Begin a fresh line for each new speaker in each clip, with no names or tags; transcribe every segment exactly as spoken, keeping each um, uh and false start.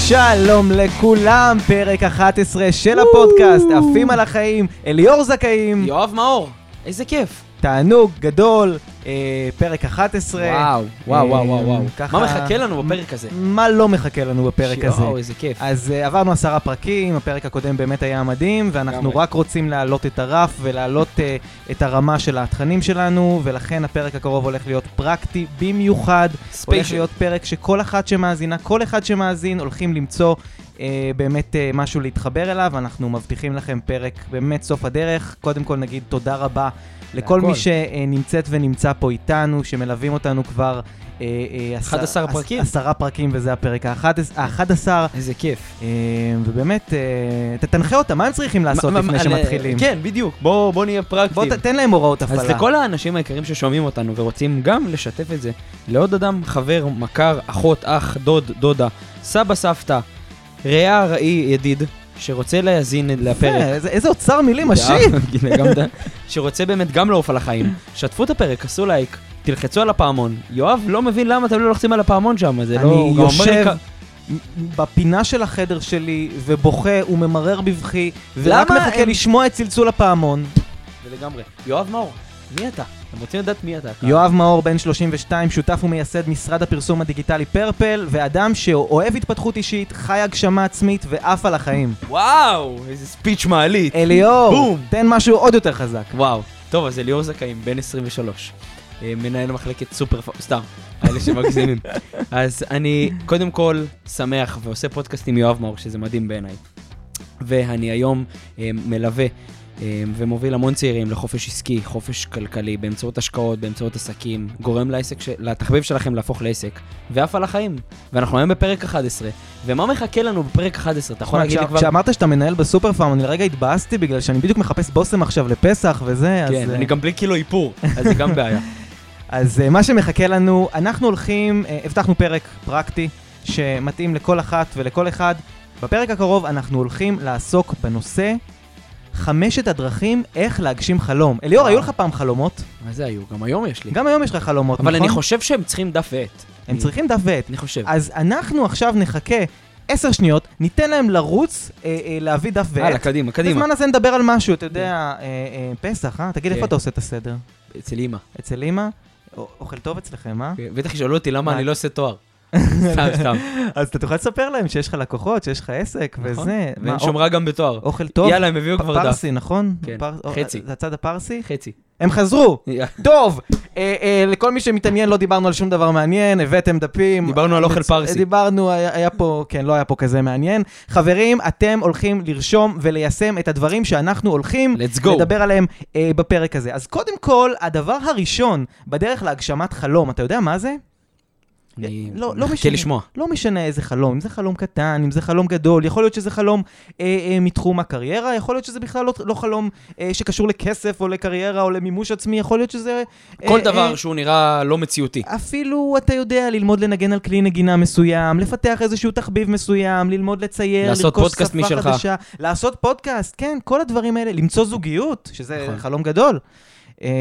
שלום לכולם, פרק אחת עשרה של הפודקאסט, עפים על החיים, אליאור זכאים.
יואב מאור, איזה כיף.
תענוג גדול, אה, פרק אחת עשרה.
וואו, וואו, וואו, וואו, וואו.
ככה,
מה מחכה לנו בפרק הזה?
מה לא מחכה לנו בפרק הזה?
וואו, איזה כיף.
אז אה, עברנו עשרה פרקים, הפרק הקודם באמת היה מדהים, ואנחנו רק רוצים להעלות את הרף ולהעלות אה, את הרמה של התכנים שלנו, ולכן הפרק הקרוב הולך להיות פרקטי במיוחד. הולך להיות פרק שכל אחד שמאזינה, כל אחד שמאזין, הולכים למצוא אה, באמת אה, משהו להתחבר אליו. אנחנו מבטיחים לכם פרק באמת סוף הדרך. קודם כל נגיד תודה רבה לכל מי שנמצאת ונמצא פה איתנו, שמלווים אותנו כבר
אחד עשר פרקים.
עשרה פרקים, וזה הפרק ה-אחד עשר.
איזה כיף.
ובאמת, תנחה אותם, מה הם צריכים לעשות לפני שמתחילים?
כן, בדיוק. בוא נהיה פרקטיים.
בוא תן להם הוראות הפעלה.
אז לכל האנשים היקרים ששומעים אותנו ורוצים גם לשתף את זה, לעוד אדם, חבר, מכר, אחות, אח, דוד, דודה, סבא, סבתא, רעיה, רעי, ידיד, שרוצה להזין לפרק.
איזה אוצר מילים, משיב.
שרוצה באמת גם לעוף על החיים. שתפו את הפרק, עשו לייק, תלחצו על הפעמון. יואב לא מבין למה אתם לא לוחצים על הפעמון שם.
אני יושב בפינה של החדר שלי ובוכה וממרר בבכי, ורק מחכה לשמוע את צלצול הפעמון.
ולגמרי. יואב מאור, מי אתה? אתם רוצים לדעת מי אתה?
יואב מאור, בן שלושים ושתיים, שותף ומייסד משרד הפרסום הדיגיטלי פרפל, ואדם שאוהב התפתחות אישית, חי הגשמה עצמית ואף על החיים.
וואו, איזה ספיץ' מעלית.
אליאור,
בום.
תן משהו עוד יותר חזק.
וואו, טוב, אז אליאור זכאים, בן עשרים ושלוש. מנהל מחלקת סופר, סתם, האלה שמגזימים. אז אני קודם כל שמח ועושה פודקאסט עם יואב מאור, שזה מדהים בעיניי. ואני היום מלווה ומוביל המון צעירים לחופש עסקי, חופש כלכלי, באמצעות השקעות, באמצעות עסקים, גורם לעסק, לתחביב שלכם להפוך לעסק, ואף על החיים. ואנחנו היום בפרק אחת עשרה, ומה מחכה לנו בפרק אחת עשרה? אתה יכול להגיד לי כבר...
כשאמרת שאתה מנהל בסופר פארם, אני לרגע התבאסתי בגלל שאני בדיוק מחפש בושם עכשיו לפסח וזה, אז...
כן, אני גם בלי קילו איפור, אז זה גם בעיה.
אז מה שמחכה לנו, אנחנו הולכים, הבטחנו פרק פרקטי, שמתאים לכל אחת ולכל אחד. בפרק הקרוב אנחנו הולכים לעסוק בנושא חמשת הדרכים איך להגשים חלום. אליאור, היו לך פעם חלומות?
מה זה היו? גם היום יש לי.
גם היום יש לך חלומות, נכון?
אבל אני חושב שהם צריכים דף ועט.
הם צריכים דף ועט.
אני חושב.
אז אנחנו עכשיו נחכה עשר שניות, ניתן להם לרוץ להביא דף ועט.
הלאה, קדימה, קדימה.
בזמן הזה נדבר על משהו, אתה יודע, פסח, אה? תגיד איפה אתה עושה את הסדר?
אצל אמא.
אצל אמא? אוכל טוב אצלכם, אה?
בטח ישאלו אותי למה אני לא עושה תואר. סתם, סתם.
אז אתה תוכל לספר להם שיש לך לקוחות, שיש לך עסק וזה.
ואין שומרה גם בתואר.
אוכל טוב.
יאללה, הם הביאו כבר דף.
פרסי, נכון?
כן, חצי.
זה הצד הפרסי?
חצי.
הם חזרו. טוב, לכל מי שמתעניין לא דיברנו על שום דבר מעניין, הבאתם דפים.
דיברנו על אוכל פרסי.
דיברנו, היה פה, כן, לא היה פה כזה מעניין. חברים, אתם הולכים לרשום וליישם את הדברים שאנחנו הולכים לדבר עליהם בפרק הזה. אז קודם כל, הדבר הראשון בדרך להגשמת חלום, אתה יודע מה זה?
אני
לא, לא
מחכה
משנה,
לשמוע.
לא משנה איזה חלום, אם זה חלום קטן, אם זה חלום גדול, יכול להיות שזה חלום אה, אה, מתחום הקריירה, יכול להיות שזה בכלל לא, לא חלום אה, שקשור לכסף או לקריירה או למימוש עצמי, יכול להיות שזה...
כל
אה,
דבר
אה,
שהוא נראה לא מציאותי.
אפילו אתה יודע ללמוד לנגן על כלי נגינה מסוים, לפתח איזשהו תחביב מסוים, ללמוד לצייר,
לעשות פודקאסט משלך.
חדשה, לעשות פודקאסט, כן, כל הדברים האלה, למצוא זוגיות, שזה נכון. חלום גדול. אה,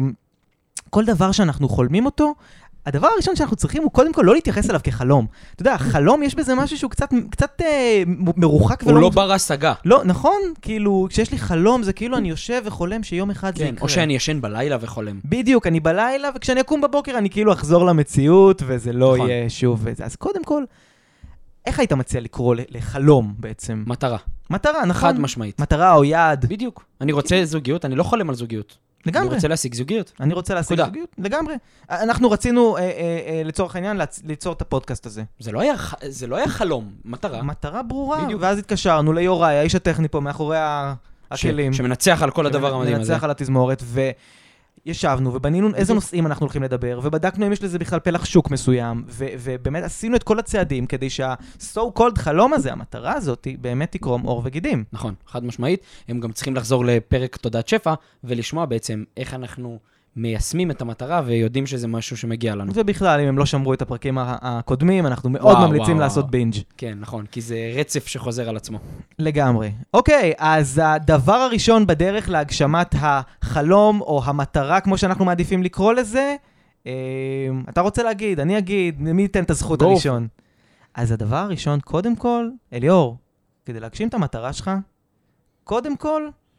כל דבר שאנחנו חולמים אותו, הדבר הראשון שאנחנו צריכים הוא קודם כל לא להתייחס אליו כחלום. אתה יודע, חלום יש בזה משהו שהוא קצת, קצת אה, מרוחק ולא...
הוא לא בר השגה.
לא, נכון? כאילו, כשיש לי חלום זה כאילו אני יושב וחולם שיום אחד
כן,
זה יקרה.
או שאני ישן בלילה וחולם.
בדיוק, אני בלילה וכשאני אקום בבוקר אני כאילו אחזור למציאות וזה לא
נכון.
יהיה שוב וזה. אז קודם כל, איך היית מציע לקרוא לחלום בעצם?
מטרה.
מטרה, נכון?
חד משמעית.
מטרה או יעד.
בדיוק. אני רוצה זוגיות, אני לא חולם על זוגיות.
לגמרי.
אני רוצה להשיג זוגיות.
אני רוצה להשיג זוגיות, לגמרי. אנחנו רצינו, אה, אה, אה, לצורך העניין, ליצור את הפודקאסט הזה.
זה לא היה, זה לא היה חלום, מטרה.
מטרה ברורה.
בדיוק.
ואז התקשרנו ליוראי, האיש הטכני פה, מאחורי הכלים.
ש, שמנצח על כל הדבר המדהים הזה.
שמנצח על התזמורת, וישבנו ובנינו איזה נושאים אנחנו הולכים לדבר, ובדקנו אם יש לזה בכלל פלח שוק מסוים, ו- ובאמת עשינו את כל הצעדים כדי שה-so called חלום הזה, המטרה הזאת, באמת תקרום אור וגידים.
נכון, חד משמעית. הם גם צריכים לחזור לפרק תודעת שפע, ולשמוע בעצם איך אנחנו מיישמים את המטרה, ויודעים שזה משהו שמגיע לנו.
ובכלל, אם הם לא שמרו את הפרקים הקודמים, אנחנו מאוד
וואו,
ממליצים
וואו,
לעשות
וואו.
בינג'.
כן, נכון, כי זה רצף שחוזר על עצמו.
לגמרי. אוקיי, אז הדבר הראשון בדרך להגשמת החלום, או המטרה, כמו שאנחנו מעדיפים לקרוא לזה, אה, אתה רוצה להגיד, אני אגיד, מי ייתן את הזכות
Go.
הראשון? אז הדבר הראשון, קודם כל, אליאור, כדי להגשים את המטרה שלך, קודם כל,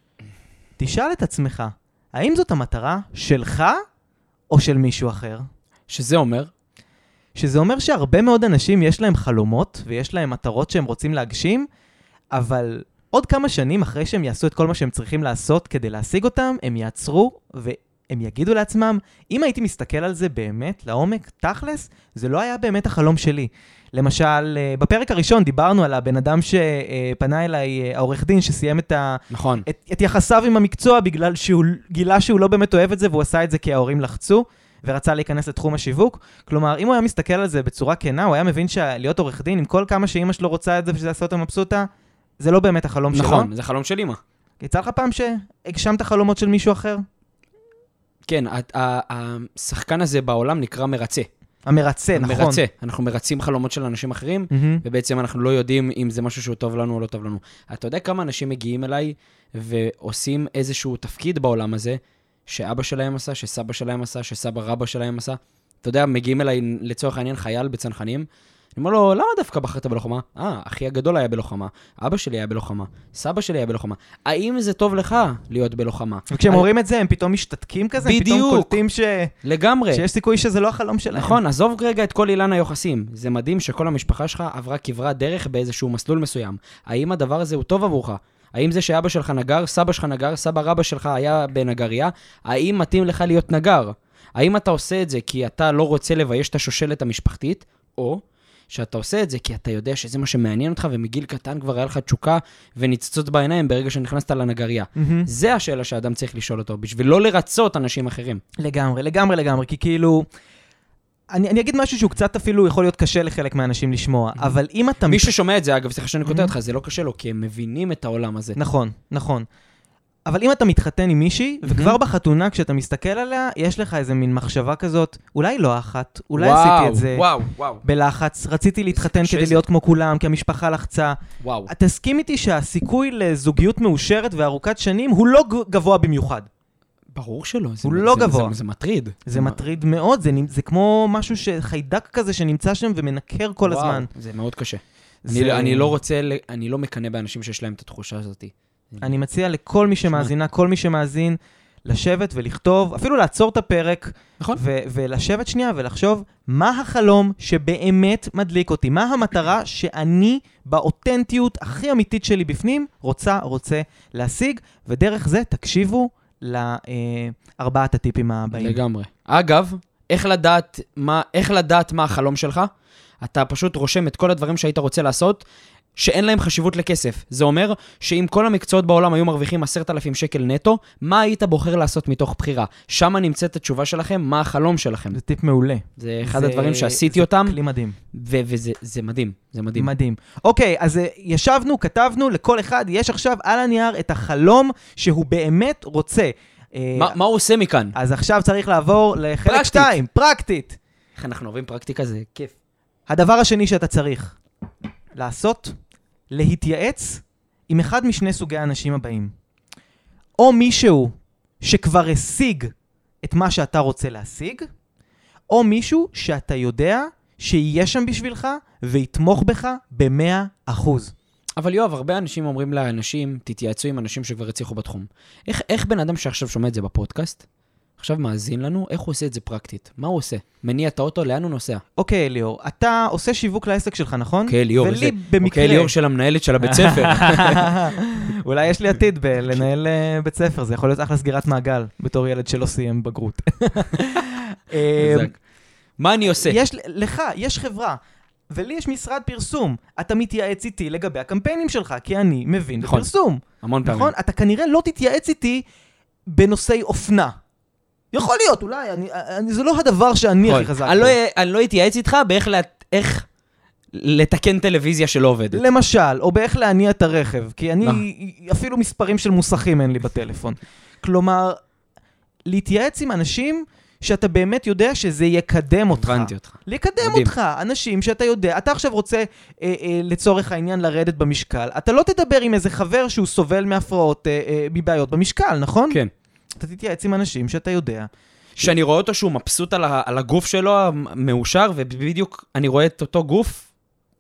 תשאל את עצמך, האם זאת המטרה שלך או של מישהו אחר?
שזה אומר?
שזה אומר שהרבה מאוד אנשים יש להם חלומות ויש להם מטרות שהם רוצים להגשים, אבל עוד כמה שנים אחרי שהם יעשו את כל מה שהם צריכים לעשות כדי להשיג אותם, הם יעצרו והם יגידו לעצמם, אם הייתי מסתכל על זה באמת, לעומק, תכלס, זה לא היה באמת החלום שלי. למשל, בפרק הראשון דיברנו על הבן אדם שפנה אליי, העורך דין שסיים את, ה...
נכון.
את, את יחסיו עם המקצוע בגלל שהוא גילה שהוא לא באמת אוהב את זה, והוא עשה את זה כי ההורים לחצו. ורצה להיכנס לתחום השיווק. כלומר, אם הוא היה מסתכל על זה בצורה כנה, הוא היה מבין שלהיות עורך דין, עם כל כמה שאמא שלו רוצה את זה ושזה עשה אותה מבסוטה, זה לא באמת החלום שלו.
נכון, זה חלום של אמא.
יצא לך פעם שהגשמת חלומות של מישהו אחר?
כן, השחקן הזה בעולם נקרא מרצה.
המרצה, נכון.
מרצה. אנחנו מרצים חלומות של אנשים אחרים, ובעצם אנחנו לא יודעים אם זה משהו שהוא טוב לנו או לא טוב לנו. אתה יודע כמה אנשים מגיעים אליי ועושים איזשהו תפקיד בעולם הזה, שאבא שלהם עשה, שסבא שלהם עשה, שסבא רבא שלהם עשה. אתה יודע, מגיעים אליי לצורך העניין חייל בצנחנים. אני אומר לו, למה דווקא בחרת בלוחמה? אה, אחי הגדול היה בלוחמה, אבא שלי היה בלוחמה, סבא שלי היה בלוחמה. האם זה טוב לך להיות בלוחמה?
וכשהם אומרים את זה, הם פתאום משתתקים כזה?
בדיוק.
הם פתאום קולטים ש...
לגמרי.
שיש סיכוי שזה לא החלום שלהם.
נכון, עזוב רגע את כל אילן היוחסים. זה מדהים שכל המשפחה שלך עברה כברת דרך באיזשהו מסלול מסוים. האם הדבר הזה הוא טוב עבורך? האם זה שאבא שלך נגר, סבא שלך נגר, סבא רבא שלך היה בנגריה? האם מתאים לך להיות נגר? האם אתה עושה את זה כי אתה לא רוצה לבייש את השושלת המשפחתית, או שאתה עושה את זה כי אתה יודע שזה מה שמעניין אותך, ומגיל קטן כבר היה לך תשוקה וניצצות בעיניים ברגע שנכנסת לנגריה. Mm-hmm. זה השאלה שהאדם צריך לשאול אותו, בשביל לא לרצות אנשים אחרים.
לגמרי, לגמרי, לגמרי, כי כאילו... אני, אני אגיד משהו שהוא קצת אפילו יכול להיות קשה לחלק מהאנשים לשמוע, mm-hmm. אבל אם אתה...
מי ששומע את זה, אגב, סליחה שאני כותב אותך, זה לא קשה לו, כי הם מבינים את העולם הזה.
נכון, נכון. אבל אם אתה מתחתן עם מישהי, mm-hmm. וכבר בחתונה, כשאתה מסתכל עליה, יש לך איזה מין מחשבה כזאת, אולי לא אחת, אולי וואו, עשיתי את זה
וואו, וואו.
בלחץ, רציתי להתחתן כדי זה. להיות כמו כולם, כי המשפחה לחצה.
וואו.
תסכים איתי שהסיכוי לזוגיות מאושרת וארוכת שנים הוא לא גבוה במיוחד.
ברור שלא.
הוא
זה,
לא
זה,
גבוה.
זה, זה, זה מטריד.
זה,
זה
מטריד מאוד, זה, זה כמו משהו שחיידק כזה שנמצא שם ומנקר כל
וואו,
הזמן.
זה מאוד קשה.
זה...
אני, אני לא רוצה, אני לא מקנה באנשים שיש להם את התחושה הזאת.
אני מציע לכל מי שמאזינה, כל מי שמאזין, לשבת ולכתוב, אפילו לעצור את הפרק,
נכון.
ו- ולשבת שנייה ולחשוב מה החלום שבאמת מדליק אותי, מה המטרה שאני באותנטיות הכי אמיתית שלי בפנים רוצה, רוצה להשיג, ודרך זה תקשיבו לארבעת הטיפים הבאים.
לגמרי. אגב, איך לדעת מה, איך לדעת מה החלום שלך? אתה פשוט רושם את כל הדברים שהיית רוצה לעשות, שאין להם חשיבות לכסף. זה אומר שאם כל המקצועות בעולם היו מרוויחים עשרת אלפים שקל נטו, מה היית בוחר לעשות מתוך בחירה? שם נמצאת התשובה שלכם, מה החלום שלכם.
זה טיפ מעולה.
זה אחד זה, הדברים שעשיתי אותם.
זה כלי מדהים.
ו- וזה זה מדהים, זה מדהים.
מדהים. אוקיי, אז ישבנו, כתבנו, לכל אחד יש עכשיו על הנייר את החלום שהוא באמת רוצה.
מה, מה הוא עושה מכאן?
אז עכשיו צריך לעבור לחלק שתיים, פרקטית.
איך אנחנו עוברים פרקטיקה? זה כיף.
הדבר השני שאתה צריך לעשות, להתייעץ עם אחד משני סוגי האנשים הבאים. או מישהו שכבר השיג את מה שאתה רוצה להשיג, או מישהו שאתה יודע שיהיה שם בשבילך ויתמוך בך ב-מאה אחוז.
אבל יואב, הרבה אנשים אומרים לאנשים, תתייעצו עם אנשים שכבר הצליחו בתחום. איך, איך בן אדם שעכשיו שומע את זה בפודקאסט, עכשיו מאזין לנו, איך הוא עושה את זה פרקטית? מה הוא עושה? מניע את האוטו, לאן הוא נוסע?
אוקיי, ליאור, אתה עושה שיווק לעסק שלך, נכון?
אוקיי, ליאור,
ולי
זה...
במקרה...
אוקיי, ליאור של המנהלת של הבית ספר.
אולי יש לי עתיד בלנהל בית ספר, זה יכול להיות אחלה סגירת מעגל, בתור ילד שלא סיים בגרות.
מה אני עושה?
יש, לך, יש חברה, ולי יש משרד פרסום. אתה מתייעץ איתי לגבי הקמפיינים שלך, כי אני מבין
נכון.
בפרסום.
המון פעמים.
נכון? אתה כנראה לא תתייעץ איתי בנושאי אופנה. יכול להיות, אולי, אני, אני, זה לא הדבר שאני הכי חזק.
אני לא, אני לא אתייעץ איתך באיך לת, איך לתקן טלוויזיה שלא עובדת.
למשל, או באיך להניע את הרכב, כי אני, אפילו מספרים של מוסכים אין לי בטלפון. כלומר, להתייעץ עם אנשים שאתה באמת יודע שזה יקדם אותך.
הבנתי אותך.
לקדם מדהים. אותך, אנשים שאתה יודע, אתה עכשיו רוצה אה, אה, לצורך העניין לרדת במשקל, אתה לא תדבר עם איזה חבר שהוא סובל מהפרעות, אה, אה, מבעיות במשקל, נכון?
כן.
אתה תתייעץ עם אנשים שאתה יודע.
שאני רואה אותו שהוא מבסוט על, ה, על הגוף שלו המאושר, ובדיוק אני רואה את אותו גוף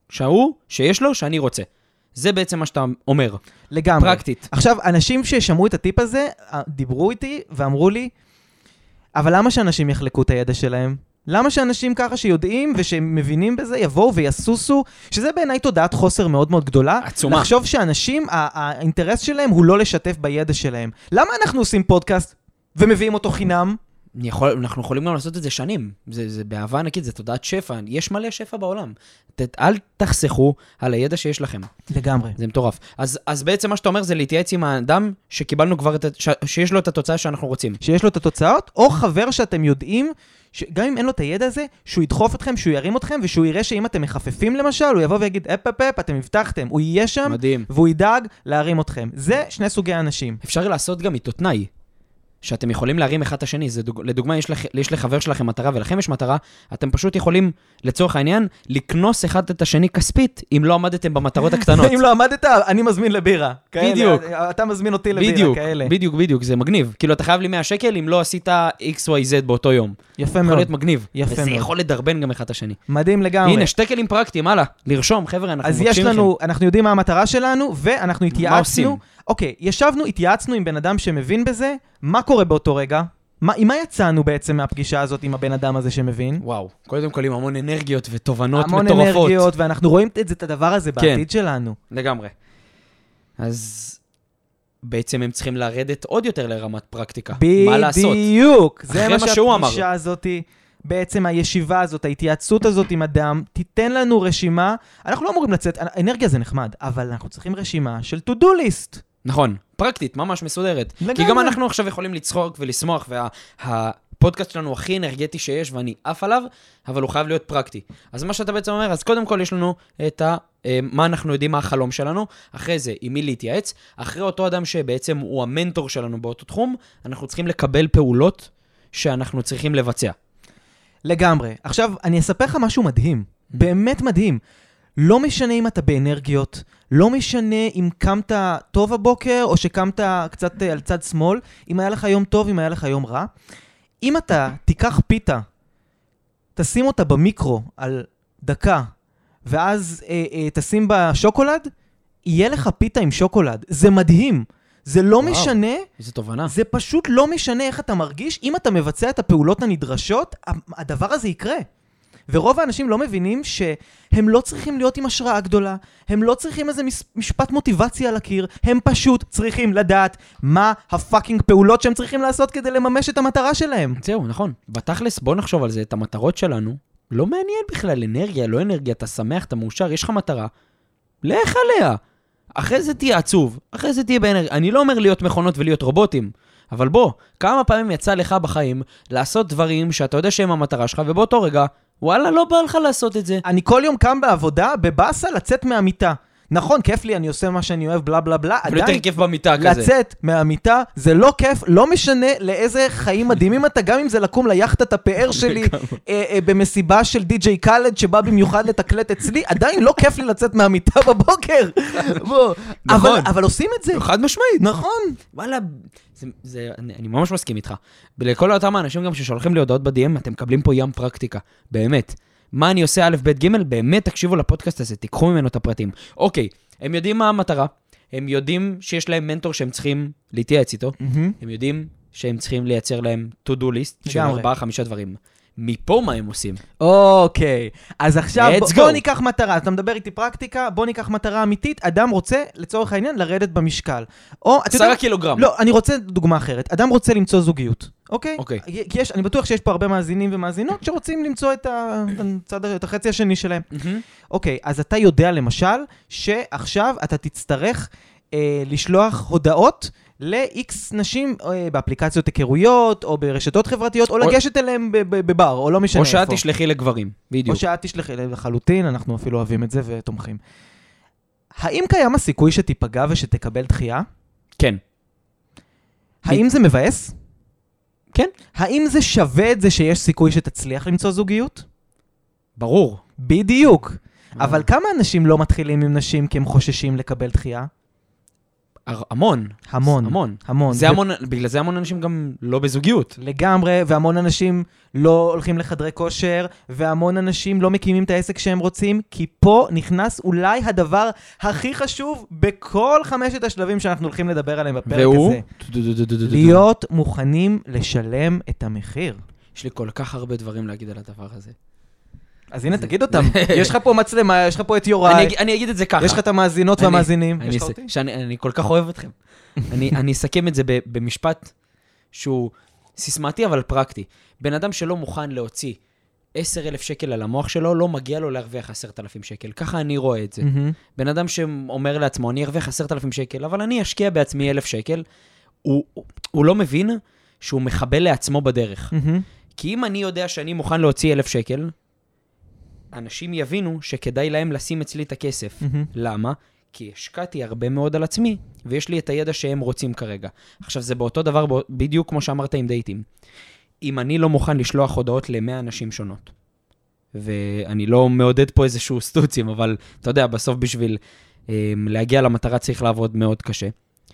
שהוא, שיש לו, שאני רוצה. זה בעצם מה שאתה אומר.
לגמרי.
פרקטית.
עכשיו, אנשים ששמעו את הטיפ הזה, דיברו איתי ואמרו לי, אבל למה שאנשים יחלקו את הידע שלהם? למה שאנשים ככה שיודעים ושמבינים בזה יבואו ויסוסו, שזה בעיניי תודעת חוסר מאוד מאוד גדולה.
עצומה.
לחשוב שאנשים, האינטרס שלהם הוא לא לשתף בידע שלהם. למה אנחנו עושים פודקאסט ומביאים אותו חינם?
יכול, אנחנו יכולים גם לעשות את זה שנים. זה, זה באהבה ענקית, זה תודעת שפע. יש מלא שפע בעולם. ת, אל תחסכו על הידע שיש לכם.
לגמרי.
זה מטורף. אז, אז בעצם מה שאתה אומר זה להתייעץ עם האדם שקיבלנו כבר את, ש, שיש לו את התוצאה שאנחנו רוצים.
שיש לו את התוצאות, או חבר שאתם יודעים, שגם אם אין לו את הידע הזה, שהוא ידחוף אתכם, שהוא ירים אתכם, ושהוא יראה שאם אתם מחפפים למשל, הוא יבוא ויגיד, אפ אפ אפ, אתם הבטחתם. הוא יהיה שם,
מדהים.
והוא ידאג להרים אתכם. זה שני סוגי האנשים.
אפשר לעשות גם איתו תנאי. שאתם יכולים להרים אחד את השני. זה דוג... לדוגמה, יש, לח... יש לחבר שלכם מטרה, ולכם יש מטרה, אתם פשוט יכולים, לצורך העניין, לקנוס אחד את השני כספית, אם לא עמדתם במטרות הקטנות.
אם לא עמדת, אני מזמין לבירה.
בדיוק.
כאלה, אתה מזמין אותי לבירה,
בדיוק,
כאלה.
בדיוק, בדיוק, זה מגניב. כאילו, אתה חייב לי מאה שקל אם לא עשית אקס וואי זד באותו יום.
יפה
יכול
מאוד.
להיות מגניב.
יפה
וזה
מאוד.
יכול לדרבן גם אחד את השני.
מדהים לגמרי.
הנה, שטקלים פרקטיים, הלאה, לרשום, חבר'ה, אנחנו
אז יש לנו, אנחנו יודעים מה המטרה שלנו, ואנחנו התייעצנו. אוקיי, ישבנו, התייעצנו עם בן אדם שמבין בזה, מה קורה באותו רגע? מה, עם מה יצאנו בעצם מהפגישה הזאת עם הבן אדם הזה שמבין?
וואו, קודם כל עם המון אנרגיות ותובנות
המון
מטורפות.
המון אנרגיות, ואנחנו רואים את, זה, את הדבר הזה בעתיד שלנו.
לגמרי. אז בעצם הם צריכים לרדת עוד יותר לרמת פרקטיקה. מה לעשות?
בדיוק. זה מה
שהוא אמר.
שהפגישה הזאת, בעצם הישיבה הזאת, ההתייעצות הזאת עם אדם, תיתן לנו רשימה, אנחנו לא אמורים לצאת, אנרגיה זה נחמד, אבל אנחנו צריכים רשימה של to-do list.
נכון, פרקטית, ממש מסודרת.
לגמרי.
כי גם אנחנו עכשיו יכולים לצחוק ולשמוח, והפודקאסט שלנו הכי אנרגטי שיש, ואני עף עליו, אבל הוא חייב להיות פרקטי. אז מה שאתה בעצם אומר, אז קודם כל יש לנו את ה... מה אנחנו יודעים, מה החלום שלנו, אחרי זה, עם מי להתייעץ, אחרי אותו אדם שבעצם הוא המנטור שלנו באותו תחום, אנחנו צריכים לקבל פעולות שאנחנו צריכים לבצע.
לגמרי. עכשיו, אני אספר לך משהו מדהים. באמת מדהים. לא משנה אם אתה באנרגיות, לא משנה אם קמת טוב הבוקר, או שקמת קצת על צד שמאל, אם היה לך יום טוב, אם היה לך יום רע. אם אתה תיקח פיתה, תשים אותה במיקרו על דקה, ואז אה, אה, תשים בה שוקולד, יהיה לך פיתה עם שוקולד. זה מדהים. זה לא וואו, משנה,
איזה תובנה.
זה פשוט לא משנה איך אתה מרגיש, אם אתה מבצע את הפעולות הנדרשות, הדבר הזה יקרה. ורוב האנשים לא מבינים שהם לא צריכים להיות עם השראה גדולה, הם לא צריכים איזה משפט מוטיבציה על הקיר, הם פשוט צריכים לדעת מה הפאקינג פעולות שהם צריכים לעשות כדי לממש את המטרה שלהם.
זהו, נכון. בתכלס, בוא נחשוב על זה, את המטרות שלנו, לא מעניין בכלל אנרגיה, לא אנרגיה, אתה שמח, אתה מאושר, יש לך מטרה, לך עליה. אחרי זה תהיה עצוב, אחרי זה תהיה באנרגיה. אני לא אומר להיות מכונות ולהיות רובוטים, אבל בוא, כמה פעמים יצא לך בחיים לעשות דברים שאתה יודע שהם המטרה שלך, ובאותו רגע, וואלה, לא בא לך לעשות את זה.
אני כל יום קם בעבודה, בבאסה, לצאת מהמיטה. נכון, כיף לי, אני עושה מה שאני אוהב, בלה בלה בלה.
אבל יותר כיף במיטה כזה.
לצאת מהמיטה, זה לא כיף, לא משנה לאיזה חיים מדהימים אתה, גם אם זה לקום ליחת הפאר שלי, במסיבה של די-ג'יי קלד, שבא במיוחד לתקלט אצלי, עדיין לא כיף לי לצאת מהמיטה בבוקר. אבל עושים את זה.
חד משמעית.
נכון.
וואלה, אני ממש מסכים איתך. ולכל אותם האנשים גם ששולחים לי הודעות ב-די אם, אתם מקבלים פה ים פרקטיקה. באמת. מה אני עושה א' ב' ג', באמת תקשיבו לפודקאסט הזה, תיקחו ממנו את הפרטים. אוקיי, הם יודעים מה המטרה, הם יודעים שיש להם מנטור שהם צריכים להתייעץ איתו, הם יודעים שהם צריכים לייצר להם to-do list של ארבעה, חמישה דברים. מפה מה הם עושים?
אוקיי, אז עכשיו
Let's
בוא
go.
ניקח מטרה, אתה מדבר איתי פרקטיקה, בוא ניקח מטרה אמיתית, אדם רוצה לצורך העניין לרדת במשקל. או, אתה יודע-
עשרה קילוגרם.
לא, אני רוצה דוגמה אחרת, אדם רוצה למצוא זוגיות, אוקיי?
אוקיי.
כי יש, אני בטוח שיש פה הרבה מאזינים ומאזינות שרוצים למצוא את ה- הצד- את החצי השני שלהם.
מהמם.
אוקיי, אז אתה יודע למשל שעכשיו אתה תצטרך אה, לשלוח הודעות ל-X נשים אה, באפליקציות היכרויות, או ברשתות חברתיות, או
או-
לגשת אליהם ב- ב- בבר, או לא משנה
או
איפה.
שאת תשלחי לגברים,
או
בדיוק.
שאת תשלחי לחלוטין, אנחנו אפילו אוהבים את זה ותומכים. האם קיים הסיכוי שתיפגע ושתקבל דחייה?
כן.
האם זה מבאס?
כן.
האם זה שווה את זה שיש סיכוי שתצליח למצוא זוגיות?
ברור.
בדיוק. אבל כמה אנשים לא מתחילים עם נשים כי הם חוששים לקבל דחייה?
המון.
המון.
המון.
המון.
זה המון, בגלל זה המון אנשים גם לא בזוגיות.
לגמרי, והמון אנשים לא הולכים לחדרי כושר, והמון אנשים לא מקימים את העסק שהם רוצים, כי פה נכנס אולי הדבר הכי חשוב בכל חמשת השלבים שאנחנו הולכים לדבר עליהם בפרק
והוא?
הזה. להיות מוכנים לשלם את המחיר.
יש לי כל כך הרבה דברים להגיד על הדבר הזה.
אז הנה, תגיד אותם. יש לך פה מצלמה, יש לך פה את יוראי.
אני אגיד את זה ככה.
יש לך את המאזינות והמאזינים. יש לך אותי?
אני כל כך אוהב אתכם. אני אסכם את זה במשפט שהוא סיסמתי אבל פרקטי. בן אדם שלא מוכן להוציא עשרת אלפים שקל על המוח שלו, לא מגיע לו להרוויח עשרת אלפים שקל. ככה אני רואה את זה. בן אדם שאומר לעצמו, אני ארוויח עשרת אלפים שקל, אבל אני אשקיע בעצמי אלף שקל, הוא לא מבין שהוא מחבל לעצמו בדרך. כי אם אני יודע שאני מוכן להוציא אלף שקל, אנשים יבינו שכדאי להם לשים אצלי את הכסף. למה? כי השקעתי הרבה מאוד על עצמי, ויש לי את הידע שהם רוצים כרגע. עכשיו, זה באותו דבר, בדיוק כמו שאמרת עם דייטים. אם אני לא מוכן לשלוח הודעות ל-מאה אנשים שונות, ואני לא מעודד פה איזשהו סטוצים, אבל אתה יודע, בסוף בשביל אה, להגיע למטרה צריך לעבוד מאוד קשה.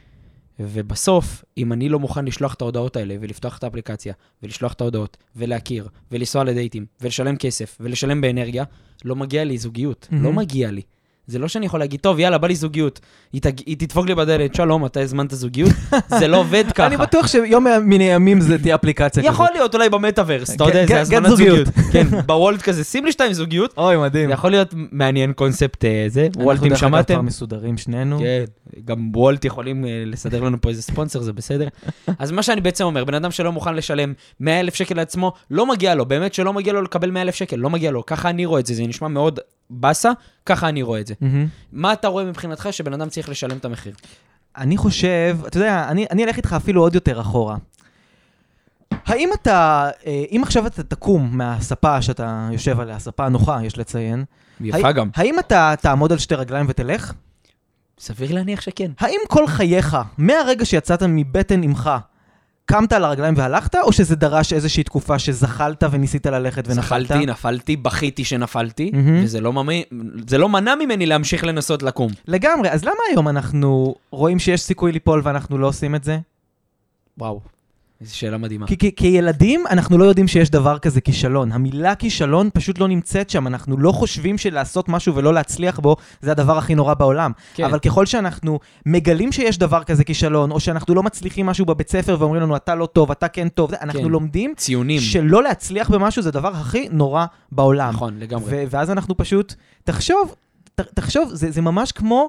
ובסוף, אם אני לא מוכן לשלוח את ההודעות האלה, ולפתוח את האפליקציה, ולשלוח את ההודעות, ולהכיר, ולנסוע לדייטים, ולשלם כסף, ולשלם באנרגיה, לא מגיע לי זוגיות. Mm-hmm. לא מגיע לי. זה לא שאני יכול להגיד, טוב, יאללה, בא לי זוגיות. היא, תג... היא תדפוק לי בדלת, שלום, אתה הזמנת זוגיות? זה לא עובד ככה.
אני בטוח שיום מיני ימים זה תהיה אפליקציה כזאת.
יכול להיות אולי במטאברס, אתה יודע, זה הזמנת זוגיות. כן, בוולט כזה, שים לי שתיים זוגיות.
אוי, מדהים.
זה יכול להיות מעניין קונספט זה. וולטים שמעתם?
אנחנו דרך מסודרים שנינו.
כן, גם וולט יכולים לסדר לנו פה איזה ספונסר, זה בסדר. אז מה שאני בעצם אומר, בן אדם שלא מוכן לשלם מאה אלף שקל לעצמו, לא מגיע לו, באמת שלא מגיע לו לקבל מאה אלף שקל, לא מגיע לו. ככה אני רואה את זה, זה נשמע מאוד בסה, ככה אני רואה את זה. מה אתה רואה מבחינתך שבן אדם צריך לשלם את המחיר?
אני חושב, אתה יודע, אני, אני אלך איתך אפילו עוד יותר אחורה. האם אתה, אם עכשיו אתה תקום מהספה שאתה יושב עליה, הספה הנוחה, יש לציין.
יפה
הא,
גם.
האם אתה תעמוד על שתי רגליים ותלך?
סביר להניח שכן.
האם כל חייך, מהרגע שיצאת מבטן אמך, קמת על הרגליים והלכת, או שזה דרש איזושהי תקופה שזחלת וניסית ללכת ונפלת?
זחלתי, נפלתי, בכיתי שנפלתי, mm-hmm. וזה לא, ממי, זה לא מנע ממני להמשיך לנסות לקום.
לגמרי, אז למה היום אנחנו רואים שיש סיכוי ליפול ואנחנו לא עושים את זה?
וואו, איזו שאלה מדהימה.
כי, כי, כילדים אנחנו לא יודעים שיש דבר כזה כישלון. המילה כישלון פשוט לא נמצאת שם. אנחנו לא חושבים שלעשות משהו ולא להצליח בו, זה הדבר הכי נורא בעולם. כן. אבל ככל שאנחנו מגלים שיש דבר כזה כישלון, או שאנחנו לא מצליחים משהו בבית ספר ואומרים לנו, אתה לא טוב, אתה כן טוב, אנחנו כן. לומדים
ציונים.
שלא להצליח במשהו זה הדבר הכי נורא בעולם.
נכון, לגמרי.
ו- ואז אנחנו פשוט, תחשוב, ת- תחשוב, זה, זה ממש כמו...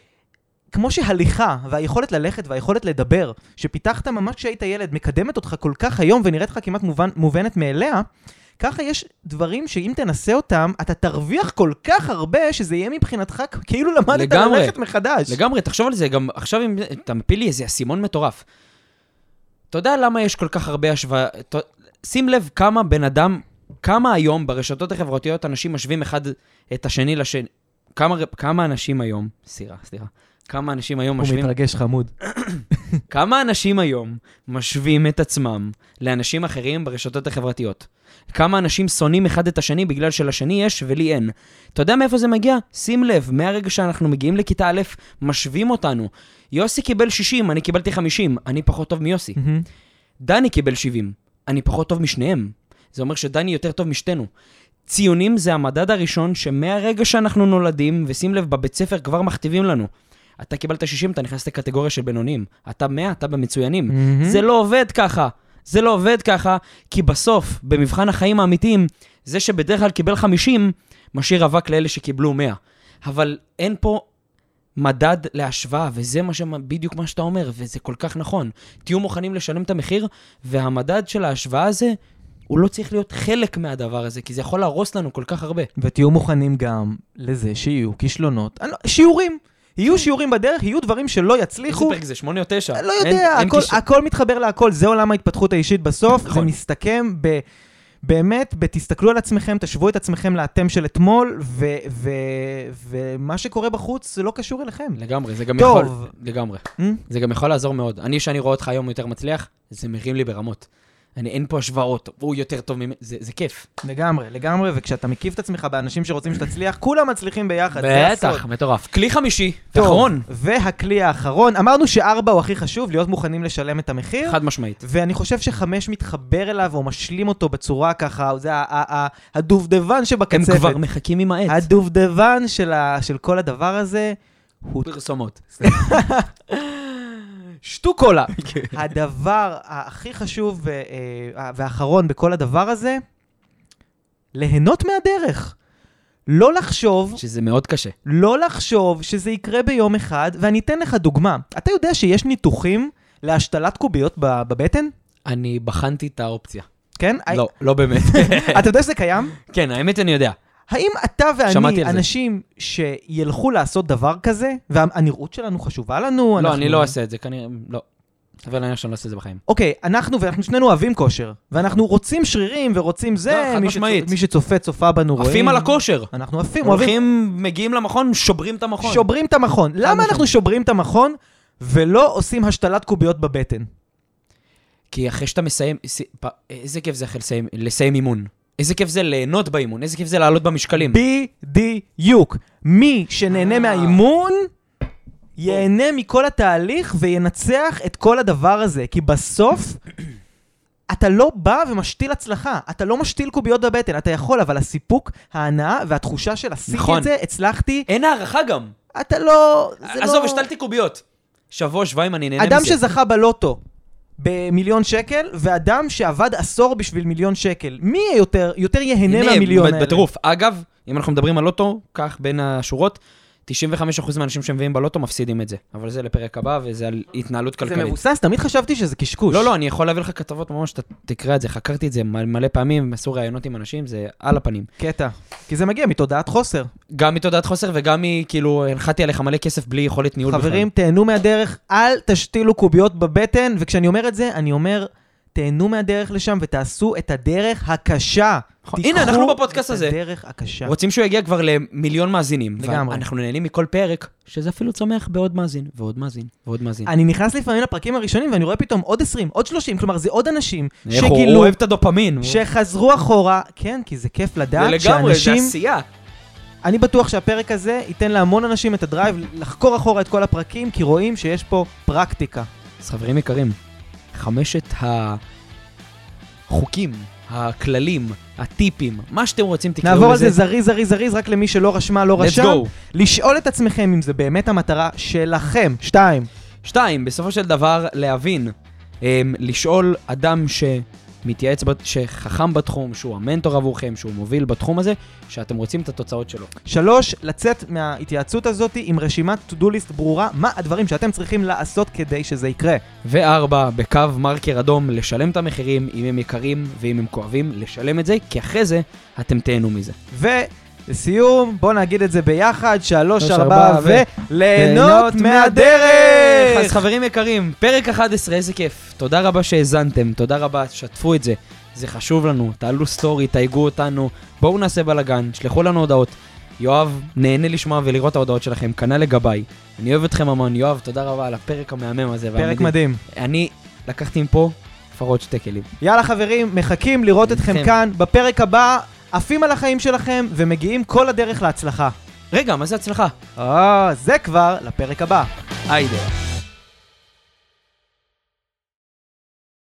כמו שהליכה והיכולת ללכת והיכולת לדבר, שפיתחת ממש כשהיית ילד, מקדמת אותך כל כך היום ונראית לך כמעט מובן, מובנת מאליה, ככה יש דברים שאם תנסה אותם, אתה תרוויח כל כך הרבה שזה יהיה מבחינתך כאילו למדת לגמרי, ללכת מחדש.
לגמרי, תחשוב על זה, גם עכשיו אם אתה מפיל לי איזה סימון מטורף. אתה יודע למה יש כל כך הרבה השוואה, שים לב כמה בן אדם, כמה היום ברשתות החברתיות אנשים משווים אחד את השני לשני, כמה, כמה אנשים היום, סליחה, סליחה. כמה אנשים היום משווים...
הוא מתרגש חמוד.
כמה אנשים היום משווים את עצמם לאנשים אחרים ברשתות החברתיות? כמה אנשים שונאים אחד את השני בגלל שלשני יש ולי אין? אתה יודע מאיפה זה מגיע? שים לב, מהרגע שאנחנו מגיעים לכיתה א', משווים אותנו. יוסי קיבל שישים, אני קיבלתי חמישים, אני פחות טוב מיוסי. דני קיבל שבעים, אני פחות טוב משניהם. זה אומר שדני יותר טוב משתנו. ציונים זה המדד הראשון שמהרגע שאנחנו נולדים, ושים לב, בבית ספר כבר מכתיבים לנו. אתה קיבלת שישים, אתה נכנס לקטגוריה של בינונים. אתה מאה, אתה במצוינים. Mm-hmm. זה לא עובד ככה. זה לא עובד ככה, כי בסוף, במבחן החיים האמיתיים, זה שבדרך כלל קיבל חמישים, משאיר אבק לאלה שקיבלו מאה. אבל אין פה מדד להשוואה, וזה מה שמה, בדיוק מה שאתה אומר, וזה כל כך נכון. תהיו מוכנים לשלם את המחיר, והמדד של ההשוואה הזה, הוא לא צריך להיות חלק מהדבר הזה, כי זה יכול להרוס לנו כל כך הרבה.
ותהיו מוכנים גם לזה שיהיו כישלונות, שיעורים. יהיו שיעורים בדרך, יהיו דברים שלא יצליחו.
איזה פרק זה? שמונה או תשע?
לא יודע, הכל, הכל מתחבר להכל, זה עולם ההתפתחות האישית בסוף, זה מסתכם ב... באמת, בתסתכלו על עצמכם, תשוו את עצמכם לאתם של אתמול, ו, ו, ומה שקורה בחוץ זה לא קשור אליכם.
לגמרי, זה גם טוב. יכול, לגמרי. Mm? זה גם יכול לעזור מאוד. אני, שאני רואה אותך היום יותר מצליח, זה מרים לי ברמות. אני, אין פה השוואות, הוא יותר טוב ממני, זה, זה כיף.
לגמרי, לגמרי, וכשאתה מקיף את עצמך באנשים שרוצים שתצליח, כולם מצליחים ביחד.
בטח, מטורף. כלי חמישי, אחרון.
והכלי האחרון, אמרנו שארבע הוא הכי חשוב, להיות מוכנים לשלם את המחיר.
חד משמעית.
ואני חושב שחמש מתחבר אליו, או משלים אותו בצורה ככה, זה הדובדבן שבקצפת.
הם כבר מחכים עם העץ.
הדובדבן של כל הדבר הזה,
הוא פרסומות.
שטו קולה. הדבר הכי חשוב והאחרון בכל הדבר הזה, ליהנות מהדרך. לא לחשוב...
שזה מאוד קשה.
לא לחשוב שזה יקרה ביום אחד, ואני אתן לך דוגמה. אתה יודע שיש ניתוחים להשתלת קוביות בבטן?
אני בחנתי את האופציה.
כן?
לא, לא באמת.
אתה יודע שזה קיים?
כן, האמת אני יודע.
האם אתה ואני אנשים שילכו לעשות דבר כזה, והנראות שלנו חשובה לנו?
לא, אני לא אעשה את זה, כנראה, לא. אבל אני עכשיו לא אעשה את זה בחיים.
אוקיי, אנחנו ואנחנו שנינו אוהבים כושר, ואנחנו רוצים שרירים ורוצים זה, מי שצופה, צופה בנו רואים.
עפים על הכושר.
אנחנו עפים,
הולכים, מגיעים למכון, שוברים את המכון.
שוברים את המכון. למה אנחנו שוברים את המכון, ולא עושים השתלת קוביות בבטן?
כי אחרי שאתה מסיים, איזה כיף זה אחרי לסיים אימון. איזה כיף זה ליהנות באימון, איזה כיף זה לעלות במשקלים.
בדיוק. מי שנהנה מהאימון, ייהנה מכל התהליך וינצח את כל הדבר הזה. כי בסוף, אתה לא בא ומשתיל הצלחה. אתה לא משתיל קוביות בבטן. אתה יכול, אבל הסיפוק, ההנאה והתחושה של עשיתי את זה, הצלחתי.
אין הערכה גם.
אתה לא...
עזוב, השתלתי קוביות. שבוע, שבועיים אני נהנה מזה.
אדם שזכה בלוטו. במיליון שקל, ואדם שעבד עשור בשביל מיליון שקל. מי יותר, יותר יהנה מהמיליון האלה?
בטירוף. אגב, אם אנחנו מדברים על לוטו, כך בין השורות, תשעים וחמישה אחוז מהאנשים שמביאים בלוטו מפסידים את זה. אבל זה לפרק הבא, וזה על התנהלות כלכלית.
זה מבוסס, תמיד חשבתי שזה קשקוש.
לא, לא, אני יכול להביא לך כתבות ממש, שאתה תקרא את זה, חקרתי את זה מלא פעמים, עשו ראיונות עם אנשים, זה על הפנים.
קטע. כי זה מגיע מתודעת חוסר.
גם מתודעת חוסר, וגם כאילו, הנחתי עליך מלא כסף בלי יכולת ניהול בכלל.
חברים, תהנו מהדרך, אל תשתילו קוביות בבטן, וכשאני אומר את זה, אני אומר, תהנו מהדרך לשם ותעשו את הדרך הקשה.
הנה, אנחנו בפודקאסט הזה.
הדרך הקשה.
רוצים שהוא יגיע כבר למיליון מאזינים.
לגמרי.
אנחנו נהנים מכל פרק, שזה אפילו צומח בעוד מאזין, ועוד מאזין, ועוד מאזין.
אני נכנס לפעמים לפרקים הראשונים, ואני רואה פתאום עוד עשרים, עוד שלושים, כלומר, זה עוד אנשים
שגילו... הוא אוהב את הדופמין.
שחזרו אחורה. כן, כי זה כיף לדעת שאנשים...
זה לגמרי, זה עשייה.
אני בטוח שהפרק הזה ייתן להמון אנשים את הדרייב, לחקור אחורה את כל הפרקים, כי רואים שיש פה פרקטיקה.
אז חברים יקרים, חמשת החוקים, הכללים, הטיפים, מה שאתם רוצים תקראו לזה.
נעבור על זה זריז, זריז, זריז, רק למי שלא רשמה, לא רשם.
Let's go.
לשאול את עצמכם אם זה באמת המטרה שלכם. שתיים.
שתיים, בסופו של דבר להבין, לשאול אדם שמתייעץ, שחכם בתחום, שהוא המנטור עבורכם, שהוא מוביל בתחום הזה, שאתם רוצים את התוצאות שלו.
שלוש, לצאת מההתייעצות הזאת עם רשימת to-do list ברורה, מה הדברים שאתם צריכים לעשות כדי שזה יקרה.
וארבע, בקו מרקר אדום, לשלם את המחירים, אם הם יקרים ואם הם כואבים, לשלם את זה, כי אחרי זה אתם תהנו מזה.
ולסיום, בואו נגיד את זה ביחד, שלוש, ארבע, וליהנות מהדרך!
אז חברים יקרים, פרק אחד עשרה, איזה כיף. תודה רבה שהזנתם, תודה רבה, שתפו את זה. זה חשוב לנו, תעלו סטורי, תייגו אותנו, בואו נעשה בלגן, שלחו לנו הודעות. יואב, נהנה לשמוע ולראות ההודעות שלכם, כנ"ל לגביי. אני אוהב אתכם המון, יואב, תודה רבה על הפרק המהמם הזה.
פרק מדהים.
אני לקחתי מפה לפחות שתי כלים.
יאללה חברים, מחכים לראות אתכם כאן. בפרק הבא, עפים על החיים שלכם ומגיעים כל הדרך להצלחה.
רגע, מה זה הצלחה?
אה, זה כבר לפרק הבא.
היידה.